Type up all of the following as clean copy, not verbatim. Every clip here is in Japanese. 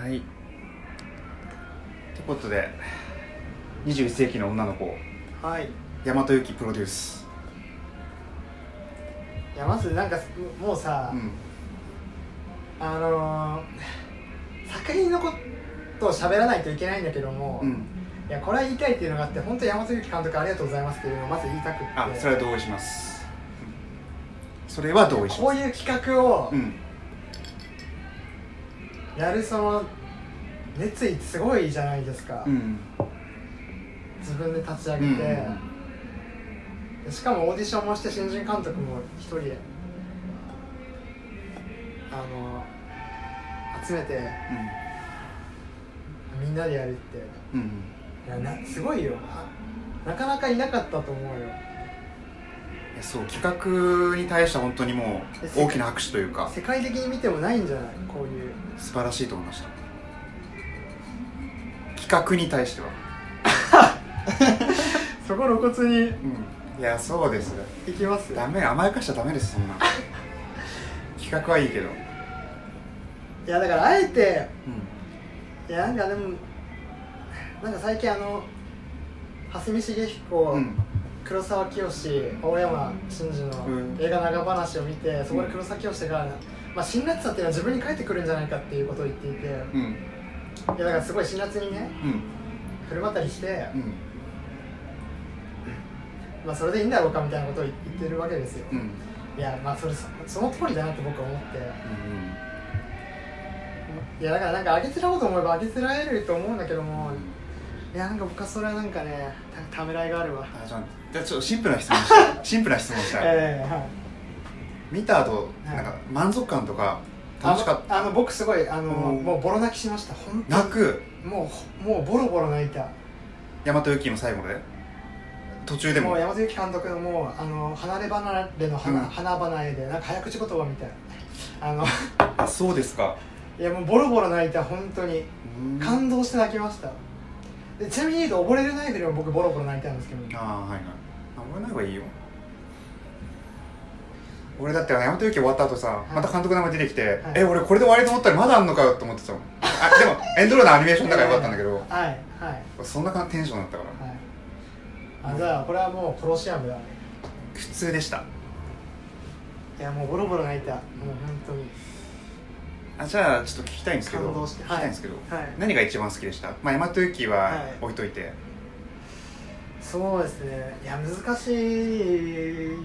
はい。ってことで21世紀の女の子、 はい。 大和由紀プロデュース。 いやまずなんかもうさ、作品のことを喋らないといけないんだけども、いやこれは言いたいっていうのがあって、本当大和由紀監督ありがとうございますっていうのをまず言いたくって。 あ、それは同意します。それは同意します。 こういう企画をやるその熱意ってすごいじゃないですか。自分で立ち上げて、しかもオーディションもして新人監督も一人で集めて、みんなでやるって、いやすごいよ。なかなかいなかったと思うよ。 いや、そう企画に対しては本当にもう大きな拍手というか、 世界的に見てもないんじゃない、こういう。 素晴らしいと思いました。企画に対してはそこ露骨に、 いやそうです。 いきます。 ダメ、甘やかしちゃダメです、そんな企画はいいけど。 いやだからあえて、いやなんかでもなんか最近蓮見茂彦、黒沢清、青山真司の映画長話を見て、そこで黒沢清が、辛辣さっていうのは自分に返ってくるんじゃないかっていうことを言っていて、いやだからすごい辛辣にね、振る舞ったりして、それでいいんだろうかみたいなことを言ってるわけですよ。いやその通りだなって僕は思って、いやだからなんか上げつらおうと思えば上げつらえると思うんだけども、いやなんか僕はそれはなんかね、ためらいがあるわ。 じゃあちょっとシンプルな質問したいシンプルな質問したい、見た後、なんか満足感とか楽しかった？ 僕すごいもうボロ泣きしました。本当に泣く？ もうボロボロ泣いた。 大和由紀の最後で途中でも大和由紀監督のもう離れ離れの花々絵でなんか早口言葉みたいなあ、そうですか。 いやもうボロボロ泣いた。本当に感動して泣きました。でちなみに言うと溺れるナイフでも僕ボロボロ泣いたんですけど。 はいはい。溺れない方がいいよ。俺だって大和由紀終わった後さ、また監督の名前出てきて、俺これで終わりと思ったらまだあんのかよって思ってたもん。でもエンドロールのアニメーションだからよかったんだけど、そんなテンションだったから、 じゃあこれはもうコロシアムだね。 普通でした。 いやもうボロボロ泣いた。もう本当に。 じゃあちょっと聞きたいんですけど、何が一番好きでした？大和由紀は置いといて、 そうですね。いや難しい、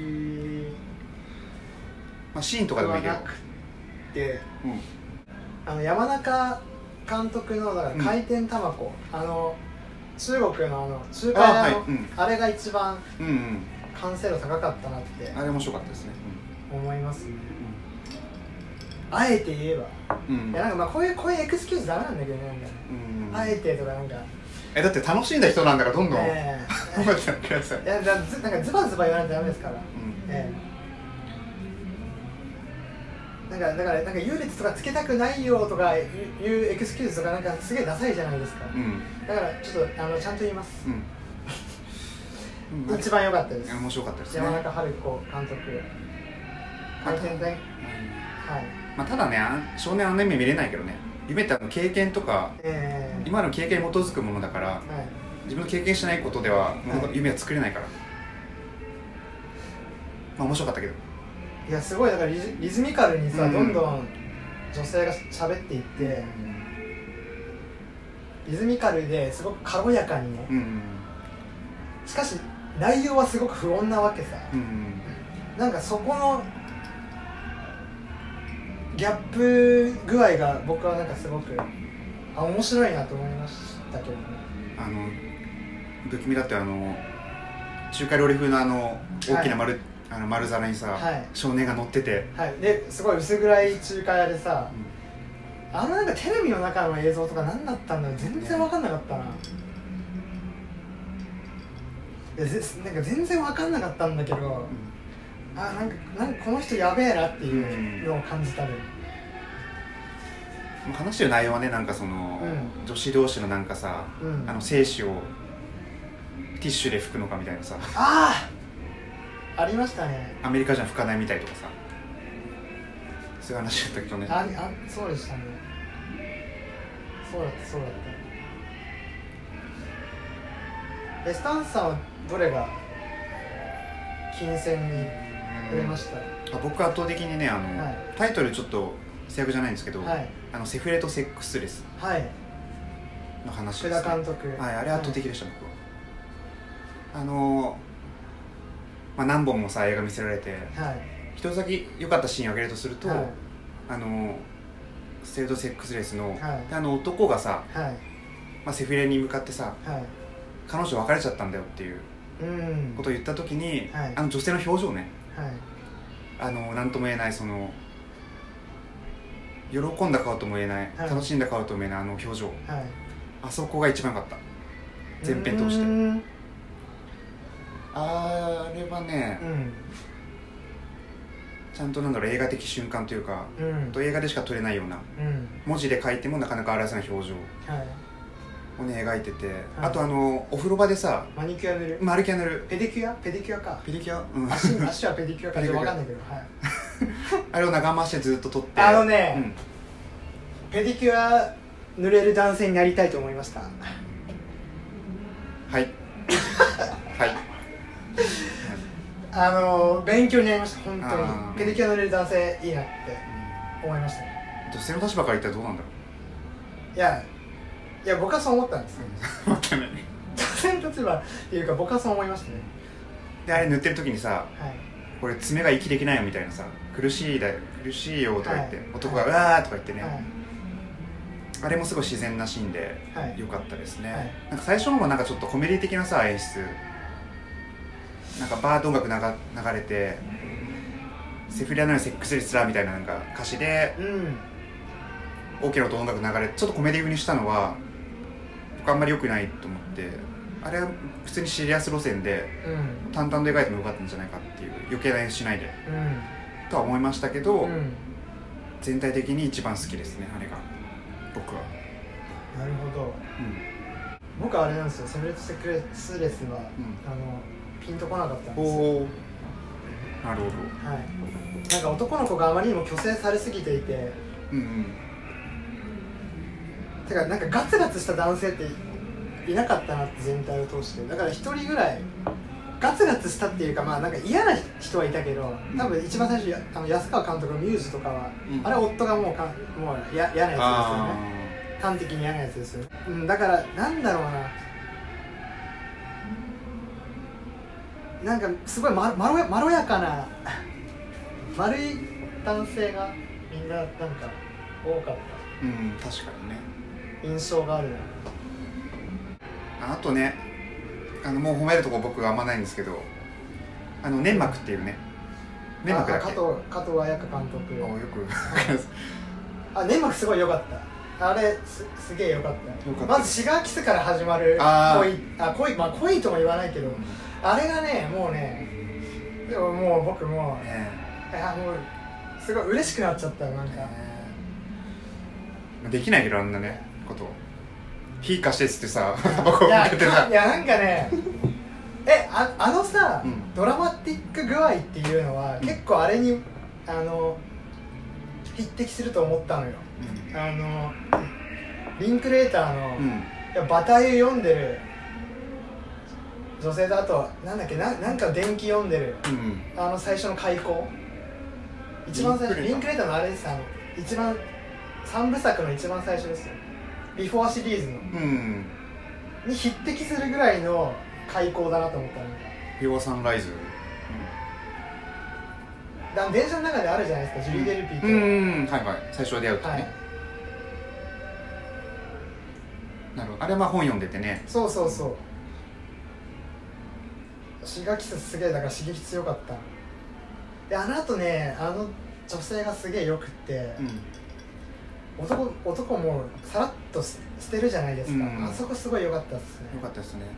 シーンとかでもいいけど、 で山中監督のだから回転たまこ、中国の中華屋のあれが一番完成度高かったなって。 あれ面白かったですね。 思いますね。あえて言えば、いやなんかこういうエクスキューズダメなんだけどね、あえてとかなんか。 だって楽しんだ人なんだからどんどん褒めてください。 いやなんかズバズバ言わないとダメですから。だから優劣とかつけたくないよとかいうエクスキューズとかなんかすげえダサいじゃないですか。だからちょっとちゃんと言います。一番良かったです。 面白かったですね。 山中春子監督。回転台。 ただね、少年あんな夢見れないけどね。夢って経験とか、今の経験に基づくものだから、自分の経験しないことでは夢は作れないから。面白かったけど。 いやすごいだからリズミカルにさ、どんどん女性が喋っていって、リズミカルですごく軽やかにね、しかし内容はすごく不穏なわけさ。なんかそこのギャップ具合が僕はなんかすごく面白いなと思いましたけどね。 不気味だって中華料理風の大きな丸皿にさ、少年が乗ってて、 ですごい薄暗い中華屋でさ、なんかテレビの中の映像とか何だったんだろう、全然分かんなかったな。なんか全然分かんなかったんだけど、なんかこの人やべえなっていうのを感じたね。 話してる内容はね、なんかその、女子同士のなんかさ、精子をティッシュで拭くのかみたいなさ、 ありましたね。 アメリカじゃ拭かないみたいとかさ、そういう話だったけどね。 そうでしたね。 そうだった。スタンスさんはどれが金銭に触れました？ 僕は圧倒的にねタイトルちょっと正確じゃないんですけど、セフレとセックスレスの話ですね。 福田監督、 あれ圧倒的でした、僕は。何本もさ映画見せられて、一つだけ良かったシーンを挙げるとすると、セフレとセックスレスの、男がさ、セフレに向かってさ、彼女別れちゃったんだよっていうことを言った時に、女性の表情ね、なんとも言えない、その喜んだ顔とも言えない、楽しんだ顔とも言えない表情、あそこが一番良かった、全編通して。あれはね、ちゃんと映画的瞬間というか、映画でしか撮れないような、文字で書いてもなかなか表せない表情をね描いてて、あとお風呂場でさ、 マニキュア塗る、 マニキュア塗る、 ペディキュアか、 ペディキュア、 足はペディキュアか分かんないけど、 あれを長回しでずっと撮って、 ペディキュア塗れる男性になりたいと思いました。 はい勉強になりました、本当に。ペディキュア塗れる男性いいなって思いましたね。 女性の立場から言ったらどうなんだろう。いや僕はそう思ったんですよ。 思ったね。 女性の立場っていうか僕はそう思いましたね。 であれ塗ってる時にさ、これ爪が息できないよみたいなさ、苦しいよとか言って、男がうわーとか言ってね、あれもすごい自然なシーンで良かったですね。なんか最初の方はちょっとコメディ的なさ演出、バード音楽流れて、セフレなのにセックスレスだみたいな歌詞で、大きな音楽流れてちょっとコメディ風にしたのは僕あんまり良くないと思って、あれは普通にシリアス路線で、淡々と描いてもよかったんじゃないかっていう、余計な演出しないで、とは思いましたけど、全体的に一番好きですね、あれが僕は。 なるほど。僕はあれなんですよ、セフレとセックスレスは、ピンとこなかったんですよ。 なるほど。男の子があまりにも虚勢されすぎていて、てかガツガツした男性っていなかったなって、全体を通して。だから一人ぐらいガツガツしたっていうか、嫌な人はいたけど、多分一番最初安川監督のミューズとかは、あれは夫がもう嫌なやつですよね。端的に嫌なやつですよ。だからなんだろうな、すごいまろやかな丸い男性がみんな多かった。 確かにね、 印象があるな。 あとね、もう褒めるとこ僕はあんまないんですけど、粘膜っていうね、粘膜だっけ、加藤綾香監督。 よく粘膜すごい良かった。あれすげえ良かった。まずシガーキスから始まる恋とも言わないけど、あれがね、もうね、でももう僕もうすごい嬉しくなっちゃった。 できないけど、あんなねこと火貸してっつってさ、タバコ向けてさ、 さ、ドラマティック具合っていうのは、結構あれに匹敵すると思ったのよ。リンクレーターの、バタイユ読んでる女性と、あとなんだっけ、なんか電気読んでる、最初の開口、一番最初、リンクレーターのあれです、一番3部作の一番最初ですよ、ビフォーシリーズの、に匹敵するぐらいの開口だなと思った。 ビフォーサンライズ、 電車の中であるじゃないですか、ジュリー・デルピーと、 最初は出会うとね、なるほど。あれは本読んでてね、 そうシガキスすげえ、だから刺激強かった。であの後ね、女性がすげえよくって、男もさらっと捨てるじゃないですか、あそこすごい良かったですね。 良かったですね。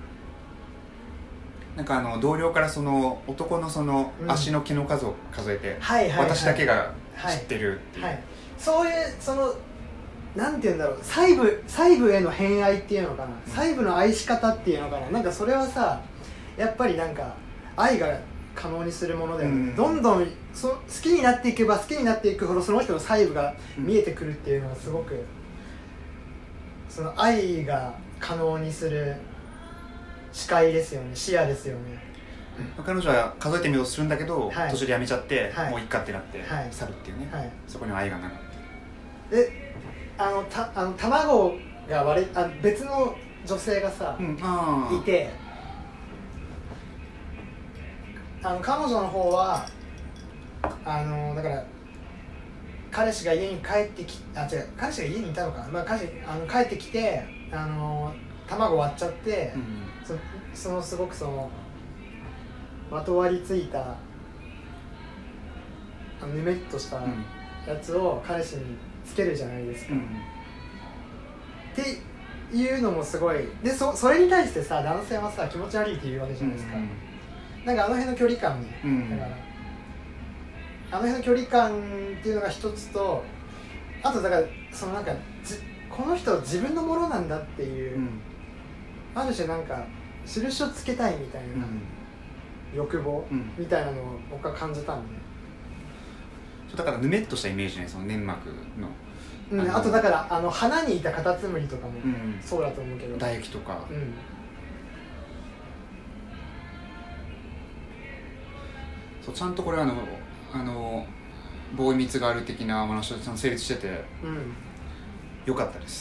同僚からその男のその足の毛の数を数えて、私だけが知ってるっていう、 そういうそのなんていうんだろう、細部への偏愛っていうのかな、細部の愛し方っていうのかな、それはさ、やっぱり愛が可能にするもので、どんどん好きになっていけば好きになっていくほど、その人の細部が見えてくるっていうのがすごくその愛が可能にする視界ですよね、視野ですよね。 彼女は数えてみようとするんだけど、 はい、 途中でやめちゃって、 はい、 もういっかってなって、 はい、 去るっていうね、 はい、 そこには愛がなかった。 で卵が別の女性がさ、いて、彼女の方はだから彼氏が家に帰ってき彼氏が家にいたのかな、帰ってきて卵割っちゃって、そのすごくそのまとわりついたぬめっとしたやつを彼氏につけるじゃないですか、っていうのもすごいで、それに対してさ男性はさ気持ち悪いって言うわけじゃないですか、なんかあの辺の距離感ね、だからあの辺の距離感っていうのが一つと、あとだからそのなんかこの人自分のものなんだっていう、ある種なんか印をつけたいみたいな、欲望みたいなのを僕は感じたんで、 だからぬめっとしたイメージね、その粘膜の、 あとだから花にいたカタツムリとかもそうだと思うけど、 唾液とか、そうちゃんとこれはボーイミツガール的な話とちゃんと成立してて、よかったです。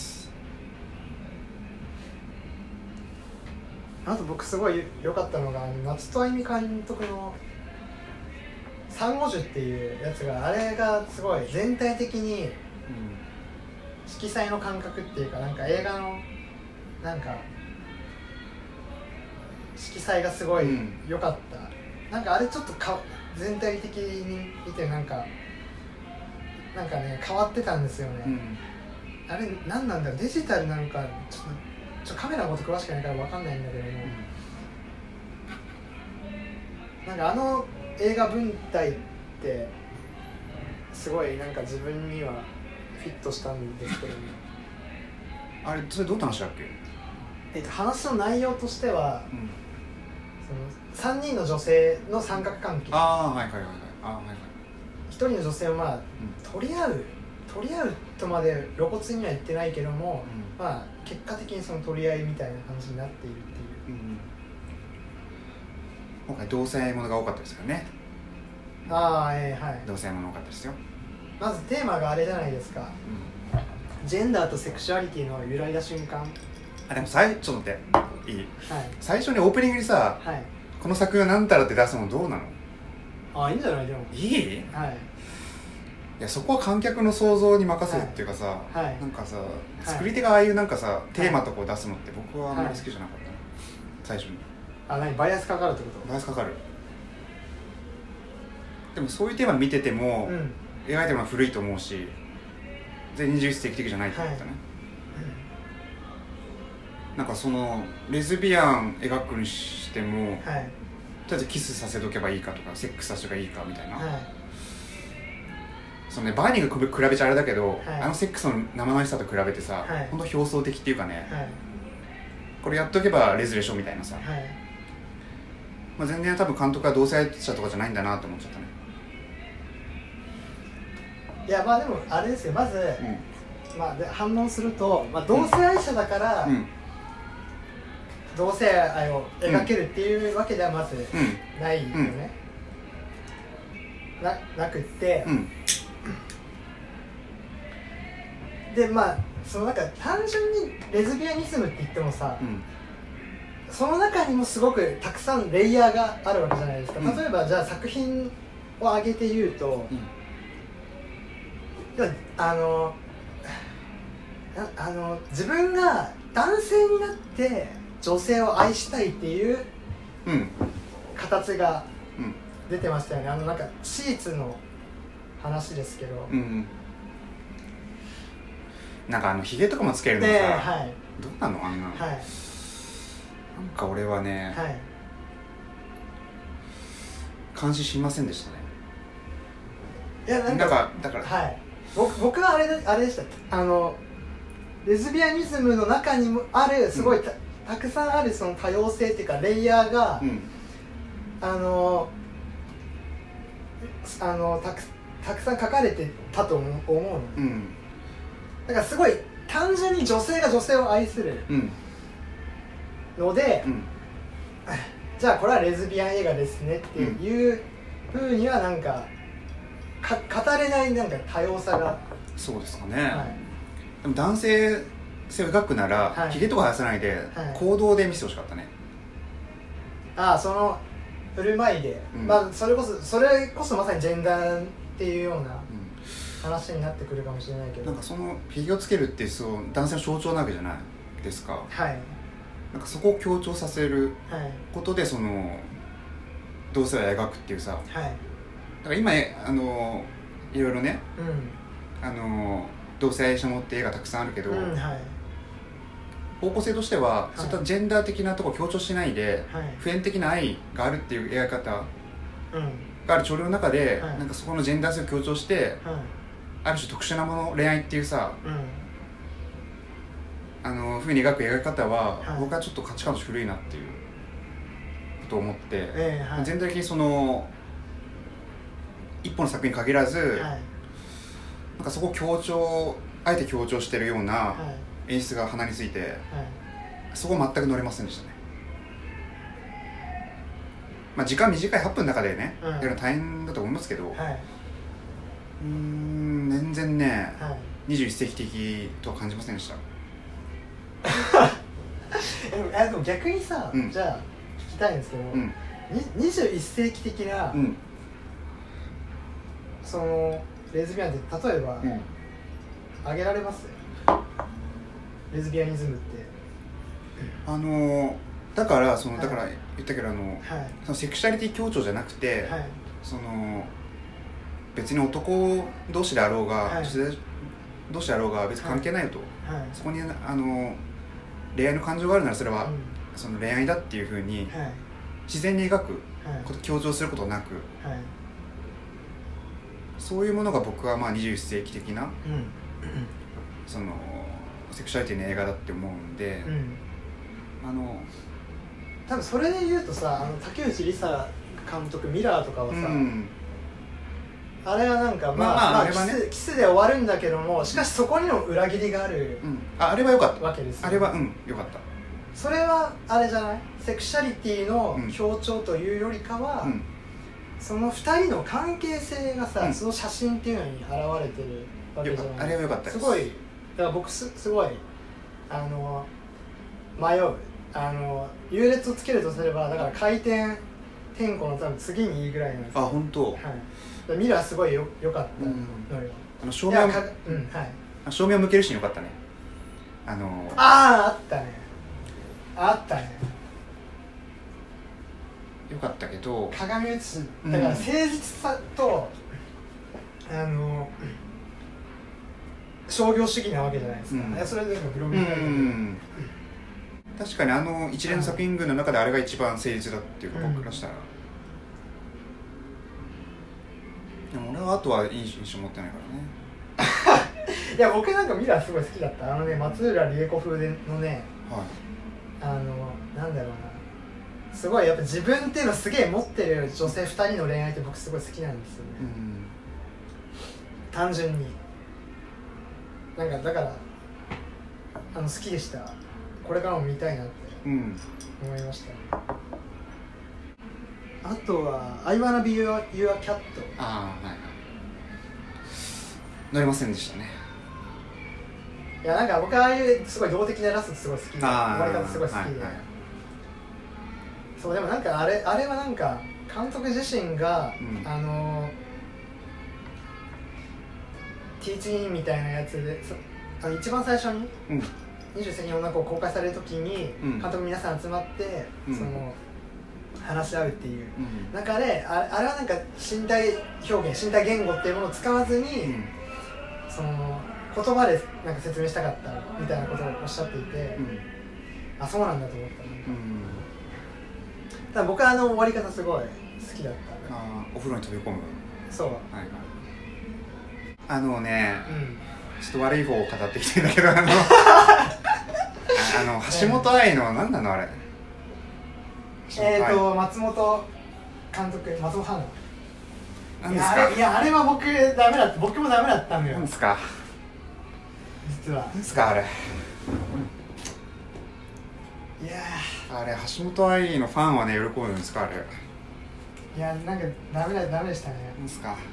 あと僕すごい良かったのが夏戸あゆみ監督のサンゴ樹っていうやつが、あれがすごい全体的に色彩の感覚っていうか、なんか映画のなんか色彩がすごい良かった、なんかあれちょっと全体的に見てなんかね変わってたんですよね、あれ何なんだろう、デジタルなのかちょっとカメラのこと詳しくないから分かんないんだけども、なんか映画文体ってすごいなんか自分にはフィットしたんですけども、 あれそれどういう話だっけ？ 話の内容としては、その3人の女性の三角関係、1人の女性を取り合うとまで露骨には言ってないけども、結果的にその取り合いみたいな感じになっているっていう、 今回同性ものが多かったですからね。同性もの多かったですよ。 まずテーマがあれじゃないですか、ジェンダーとセクシュアリティの揺らいだ瞬間。 でもちょっと待っていい、最初にオープニングにさ、この作品は何たらって出すのどうなの？ いいんじゃない？でもいい？いやそこは観客の想像に任せるっていうかさ、なんかさ作り手がああいうなんかさテーマとかを出すのって僕はあんまり好きじゃなかった、最初に。 バイアスかかるってこと？ バイアスかかる。でもそういうテーマ見てても、描いてるのは古いと思うし、全然21世紀的じゃないと思ったね、なんかそのレズビアン描くにしても、とりあえずキスさせとけばいいかとかセックスさせとけばいいかみたいな、そのね、バーニング比べちゃあれだけど、セックスの生々しさと比べてさ、ほんと表層的っていうかね、これやっとけばレズでしょみたいなさ、全然多分監督は同性愛者とかじゃないんだなと思っちゃったね。 いやでもあれですよ、まず、で反論すると、同性愛者だから、同性愛を描けるっていうわけではまずないよね、なくって、でそのなんか単純にレズビアニズムって言ってもさ、その中にもすごくたくさんレイヤーがあるわけじゃないですか。例えばじゃあ作品を挙げて言うと、自分が男性になって女性を愛したいっていう形が出てましたよね。なんかシーツの話ですけど、 なんかヒゲとかもつけるのさ、どうなのあんな、なんか俺はね、監視しませんでしたね。 いやなんかだから、僕はあれでした。レズビアニズムの中にもあるすごい たくさんあるその多様性っていうかレイヤーが、たくさん書かれてたと思うの、だからすごい単純に女性が女性を愛するので、じゃあこれはレズビアン映画ですねっていうふうにはなんか語れないなんか多様さが。 そうですかね、でも男性性を描くなら、ヒゲとか生やさないで、行動で見せてほしかったね。 その振る舞いで、それこそまさにジェンダーっていうような話になってくるかもしれないけど、 なんかそのヒゲをつけるって男性の象徴なわけじゃないですか。なんかそこを強調させることで、その同性愛を描くっていうさ、だから今いろいろね、同性愛者もって映画たくさんあるけど、方向性としては、そういったジェンダー的なところを強調しないで、普遍的な愛があるっていう描き方がある潮流の中で、なんかそこのジェンダー性を強調して、ある種特殊なもの、恋愛っていうさ、ふうに描く描き方は、僕はちょっと価値観として古いなっていうことを思って、全体的にその一本の作品に限らず、なんかそこをあえて強調してるような演出が鼻について、そこ全く乗れませんでしたね。時間短い8分の中でね、やるの大変だと思いますけど、全然ね、21世紀的とは感じませんでした。 でも逆にさ、じゃあ聞きたいんですけど、21世紀的な、そのレズビアンって例えば、挙げられます？レズビアニズムって。 だから言ったけどそのセクシュアリティ強調じゃなくて、その別に男同士であろうが、女性同士であろうが別に関係ないよと、そこに恋愛の感情があるならそれは、その恋愛だっていうふうに自然に描くこと、強調することなく、そういうものが僕は21世紀的な、そのセクシュアリティの映画だって思うんで、 多分それで言うとさ、竹内梨沙監督ミラーとかはさ、あれはなんかあれはね、キスで終わるんだけども、しかしそこにも裏切りがある、 あれは良かったわけですよ。 あれは良かった。 それはあれじゃない、セクシャリティの強調というよりかは、その2人の関係性がさ、その写真っていうのに現れてるわけじゃない。 あれは良かったです。 すごい、だから僕すごい迷う。優劣をつけるとすれば、だから回転天候の多分次にいいぐらいなんですよ。 本当。 ミラーすごい良かったのよ。 照明を向けるシーン良かったね。 あったね。 良かったけど、 鏡写しだから誠実さと商業主義なわけじゃないですか。それでブログに書いてる。 確かに一連の作品群の中であれが一番誠実だっていうか、僕からしたら。でも俺はあとはいい印象持ってないからね。 いや、僕なんかミラーすごい好きだった。松浦理恵子風のね、なんだろうな、すごいやっぱ自分っていうのすげえ持ってる女性2人の恋愛って僕すごい好きなんですよね。単純になんかだから好きでした。これからも見たいなって思いましたね。あとは「I wanna be your cat」。 乗れませんでしたね。 いや、なんか僕ああいうすごい動的なラストすごい好きで、終わり方すごい好きで、そうでもなんかあれはなんか監督自身が、ティーチーンみたいなやつで一番最初に、20世紀の女の子を公開されるときに、監督皆さん集まって、その話し合うっていう中で、あれはなんか身体表現、身体言語っていうものを使わずに、その言葉でなんか説明したかったみたいなことをおっしゃっていて、あ、そうなんだと思ったね。ただ僕は終わり方すごい好きだった。 お風呂に飛び込む。 そう。 ちょっと悪い方を語ってきてるんだけど、橋本愛の何なのあれ。 松本監督、松本花。いや、あれは僕もダメだったんだよ。 なんですか。 実は。 なんすかあれ。いやあれ橋本愛のファンはね喜ぶんですかあれ。 いやなんかダメでしたね。 なんすか。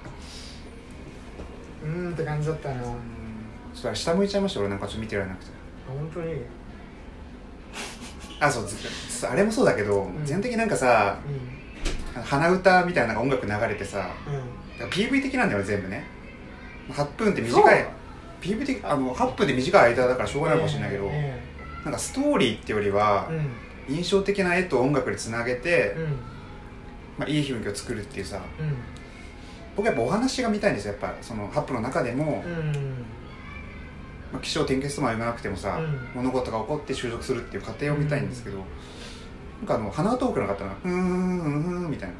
って感じだったな。 ちょっとあれ下向いちゃいました俺なんかちょっと見てられなくて。 本当に。 あそうあれもそうだけど、全体的になんかさ、鼻歌みたいな音楽流れてさ、PV 的なんだよ全部ね。8分って短い PV 的8分で短い間だからしょうがないかもしれないけど、なんかストーリーってよりは、印象的な絵と音楽でつなげて、いい雰囲気を作るっていうさ、僕はやっぱお話が見たいんですよ。やっぱその8分の中でも、起承転結とも言わなくてもさ、物事が起こって収束するっていう過程を見たいんですけど、なんか鼻歌多くなかったな。みたいな。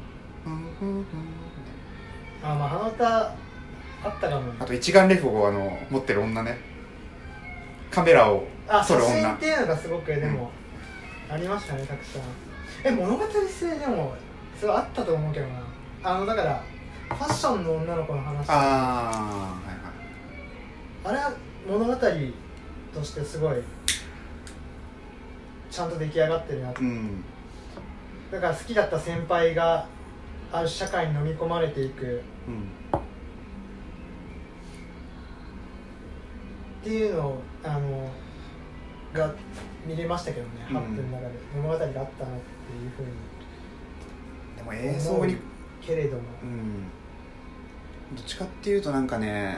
まあ鼻歌あったかも。 あと一眼レフを持ってる女ね。カメラを撮る女。 写真っていうのがすごくでも、ありましたねたくさん。物語性でもそれあったと思うけどな。だからファッションの女の子の話。あれは物語としてすごいちゃんと出来上がってるなって、だから好きだった先輩がある社会に飲み込まれていく、っていうのをが見れましたけどね、8分の中で物語があったなっていうふうに。 でも映像にけれども、 どっちかっていうとなんかね、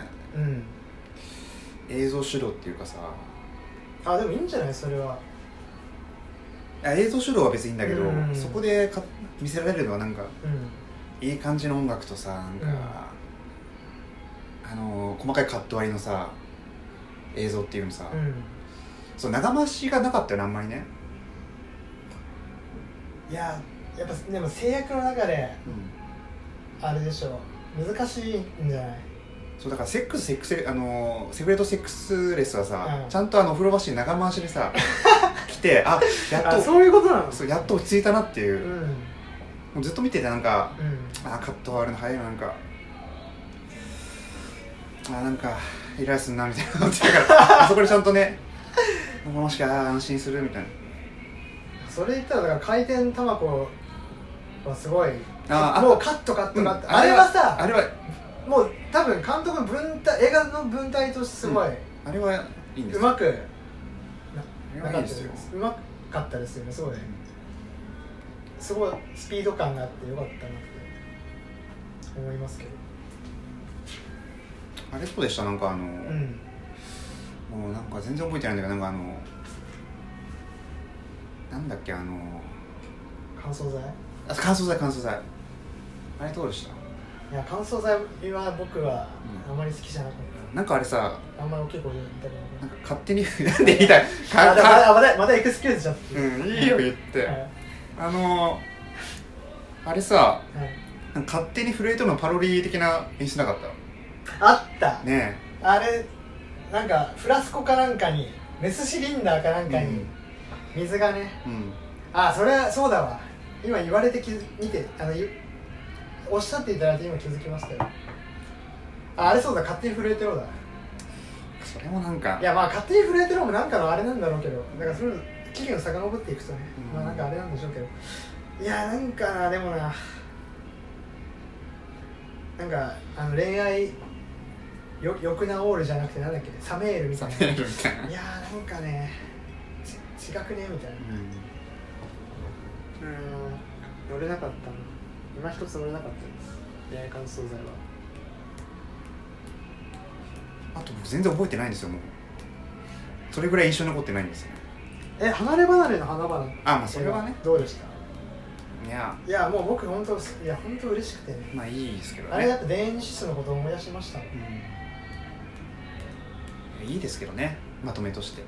映像主導っていうかさ、 でもいいんじゃないそれは。 映像主導は別にいいんだけど、そこで見せられるのはなんか、いい感じの音楽とさ、なんか、細かいカット割りのさ映像っていうのさ、そう長回しがなかったよねあんまりね。 いややっぱでも制約の中で、あれでしょ難しいんじゃない。 そうだからセフレとセックスレスはさ、ちゃんとお風呂橋に長回しでさ来てやっとそういうことなの。 そうやっと落ち着いたなっていう、もうずっと見ててなんか、カット割るの早いのなんかなんかイライラすんなみたいなのってだからそこでちゃんとねもしか安心するみたいな。 それ言ったらだから回転たまこはすごいもうカット、あれはさもう多分監督映画の文体としてすごい、 あれはいいんですよ。 うまくなかったですよ。 うまかったですよね。すごいすごいスピード感があってよかったなって思いますけど。 あれそうでしたなんかもうなんか全然覚えてないんだけどなんかなんだっけ乾燥剤あれどうでした？ いや乾燥剤は僕はあまり好きじゃなかった。 なんかあれさあんまり大きい声で言いたくない。 なんか勝手になんで言いたいまだエクスキューズじゃん。 いいよ言って、あれさ、なんか勝手に震えてるのパロディ的な演出なかった？ あったねえ。あれなんかフラスコかなんかにメスシリンダーかなんかに水がね、それはそうだわ。今言われて見ておっしゃっていただいて今気づきましたよ。あれそうだ勝手に震えてろだ。 それもなんかいやまあ勝手に震えてろもなんかのあれなんだろうけど、だからそれ期限を遡っていくとね、なんかあれなんでしょうけど、いやなんかなでもななんか恋愛よくなオールじゃなくてなんだっけサメールみたいな。いやなんかね違くねみたいな。乗れなかったな。今一つ乗れなかったです。恋愛乾燥剤は。 あと僕全然覚えてないんですよもう。それぐらい印象に残ってないんですよね。 離れ離れの花々。 まあそれはね。 どうでした？ いやもう僕本当嬉しくてね。 まあいいですけどね。 あれだって田園シスのことを思い出しました。 いいですけどねまとめとして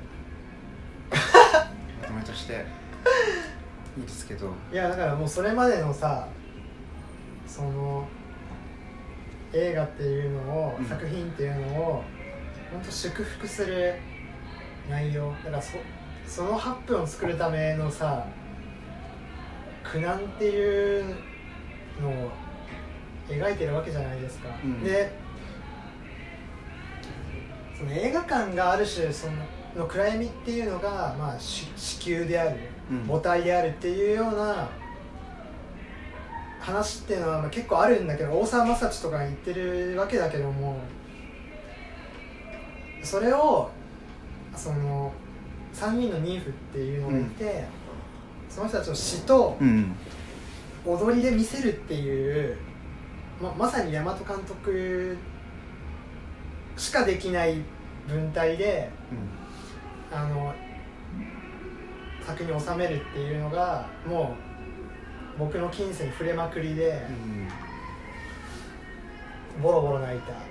まとめとしていいですけど。 いやだからもうそれまでのさその映画っていうのを、作品っていうのを本当祝福する内容だからその8分を作るためのさ苦難っていうのを描いてるわけじゃないですか、でそその映画館がある種その暗闇っていうのが、まあ、子宮である、母体であるっていうような話っていうのはまあ結構あるんだけど、大沢雅治とかが言ってるわけだけども、それをその3人の妊婦っていうのがいて、その人たちの詩と踊りで見せるっていう、まさに大和監督しかできない文体で、作に収めるっていうのがもう僕の近世に触れまくりで、ボロボロ泣いた。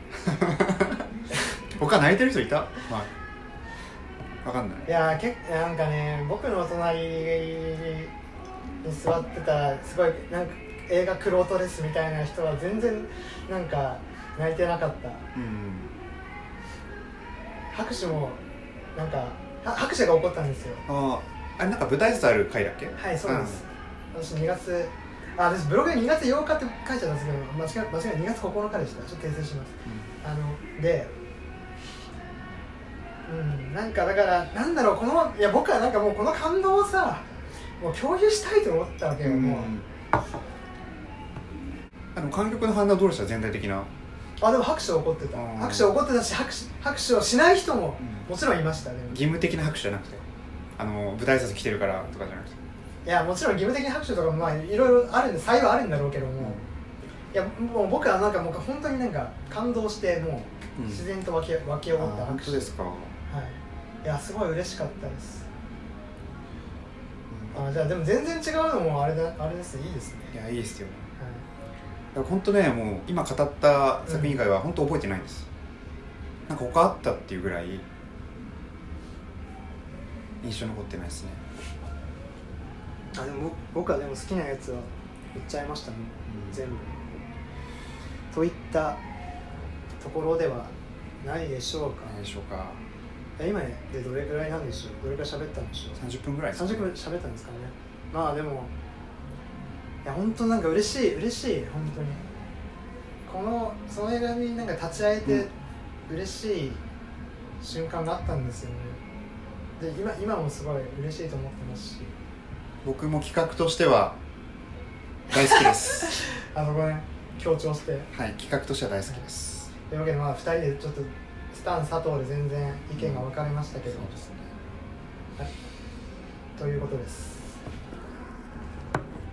他泣いてる人いた？まあ、分かんない。 いやなんかね、僕の隣に座ってたすごいなんか映画クロートですみたいな人は全然なんか泣いてなかった。拍手もなんか拍手が起こったんですよ。 あれなんか舞台挨拶ある回だっけ？はい、 そうです。私2月私ブログで2月8日って書いちゃったんですけど、間違い2月9日でした。ちょっと訂正します。で、なんかだからなんだろう、いや僕はなんかもうこの感動をさ、もう共有したいと思ったわけよ。もう観客の反応どうでした？全体的な。 でも拍手起こってた。拍手起こってたし、拍手をしない人ももちろんいましたね。 義務的な拍手じゃなくて、舞台挨拶来てるからとかじゃなくて。 いや、もちろん義務的な拍手とかもまあいろいろあるんで、幸いあるんだろうけども、いやもう僕はなんかもう本当になんか感動して、もう自然と湧き起こった拍手。 本当ですか？はい 。いや、すごい嬉しかったです。じゃあでも全然違うのもあれですね、いいですね。 いや、いいですよ。だから本当ね、もう今語った作品以外は本当覚えてないんです。なんか他あったっていうぐらい印象残ってないですね。 でも僕はでも好きなやつは言っちゃいましたね、全部。といったところではないでしょうか。今でどれぐらいなんでしょう。どれくらい喋ったんでしょう。 30分ぐらいですかね。 30分喋ったんですかね。まあでもいや本当なんか嬉しい本当にその映画になんか立ち会えて嬉しい瞬間があったんですよね。で今もすごい嬉しいと思ってますし、 僕も企画としては大好きです。 そこね強調して、 はい、企画としては大好きです。 というわけで2人でちょっとスタン佐藤で全然意見が分かれましたけど、そうですね。はい、ということです。